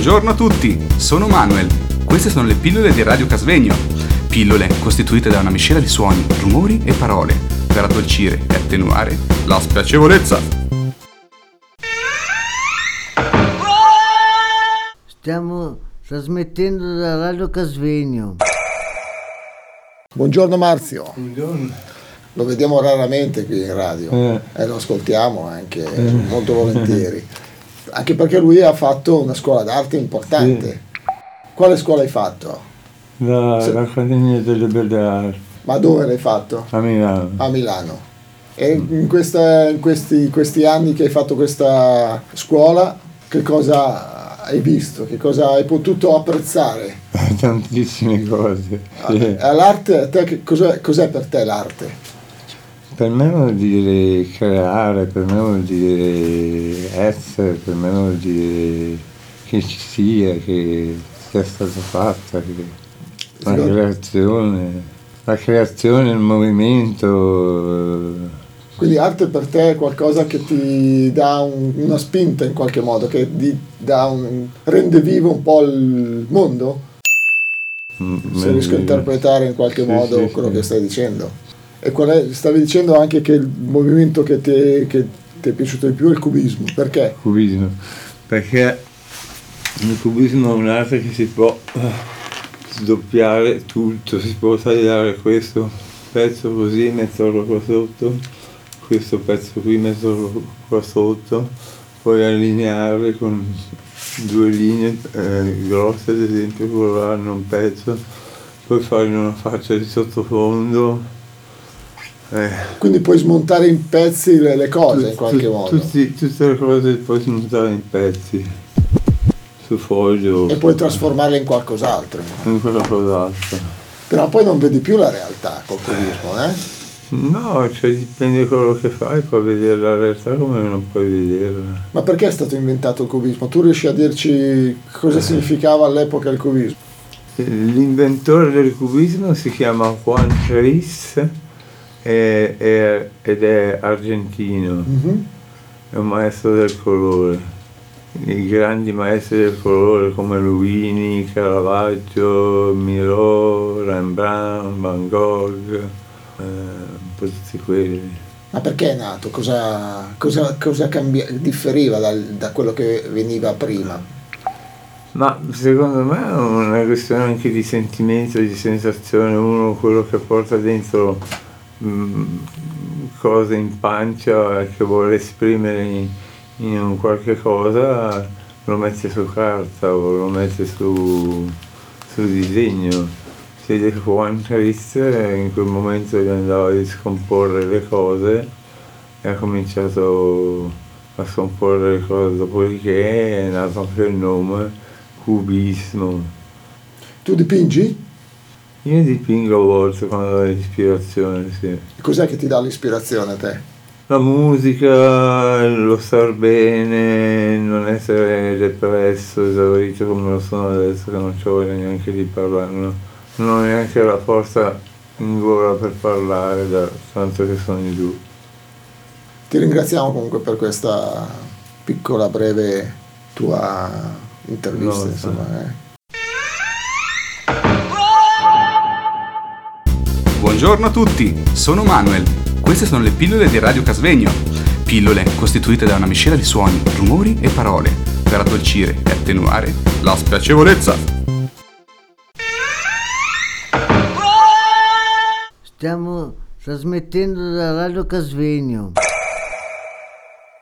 Buongiorno a tutti, sono Manuel. Queste sono le pillole di Radio Casvegno. Pillole costituite da una miscela di suoni, rumori e parole per addolcire e attenuare la spiacevolezza. Stiamo trasmettendo da Radio Casvegno. Buongiorno Marzio. Buongiorno. Lo vediamo raramente qui in radio e lo ascoltiamo anche molto volentieri, anche perché lui ha fatto una scuola d'arte importante. Sì. Quale scuola hai fatto? L'Accademia delle Belle Arti. Ma dove l'hai fatto? A Milano. A Milano. E in questi anni che hai fatto questa scuola, che cosa hai visto? Che cosa hai potuto apprezzare? Tantissime cose. Sì. L'arte, cos'è per te l'arte? Per me vuol dire creare, per me vuol dire essere, per me vuol dire che ci sia, che sia stata fatta, che la creazione, il movimento. Quindi arte per te è qualcosa che ti dà una spinta in qualche modo, che rende vivo un po' il mondo? Se riesco a interpretare in qualche modo quello che stai dicendo. E stavi dicendo anche che il movimento che ti è piaciuto di più è il cubismo. Perché? Cubismo. Perché il cubismo è un'arte che si può sdoppiare tutto, si può tagliare questo pezzo così, metterlo qua sotto, questo pezzo qui, metterlo qua sotto, poi allinearle con due linee grosse, ad esempio, colorarne un pezzo, poi farne una faccia di sottofondo. Quindi puoi smontare in pezzi le cose in qualche modo. Tutte le cose puoi smontare in pezzi, su foglio. E puoi trasformarle in qualcos'altro. In qualcos'altro. Però poi non vedi più la realtà col cubismo, eh? No, cioè dipende da quello che fai, puoi vedere la realtà come non puoi vederla. Ma perché è stato inventato il cubismo? Tu riesci a dirci cosa significava all'epoca il cubismo? L'inventore del cubismo si chiama Juan Gris ed è argentino, è un maestro del colore. I grandi maestri del colore come Luini, Caravaggio, Miró, Rembrandt, Van Gogh, un po' tutti quelli. Ma perché è nato? Cosa differiva da quello che veniva prima? Ma secondo me è una questione anche di sentimento, di sensazione. Uno quello che porta dentro cose in pancia che vuole esprimere in un qualche cosa, lo mette su carta o lo mette su disegno. Si vede che Juan Gris in quel momento gli andava di scomporre le cose e ha cominciato a scomporre le cose, dopodiché è nato anche il nome cubismo. Tu dipingi? Io dipingo a volte quando ho l'ispirazione, sì. Cos'è che ti dà l'ispirazione a te? La musica, lo star bene, non essere depresso, esaurito come lo sono adesso, che non c'ho voglia neanche di parlare, non ho neanche la forza in gola per parlare, da tanto che sono giù. Ti ringraziamo comunque per questa piccola, breve tua intervista, insomma. Buongiorno a tutti, sono Manuel. Queste sono le pillole di Radio Casvegno. Pillole costituite da una miscela di suoni, rumori e parole per addolcire e attenuare la spiacevolezza. Stiamo trasmettendo da Radio Casvegno.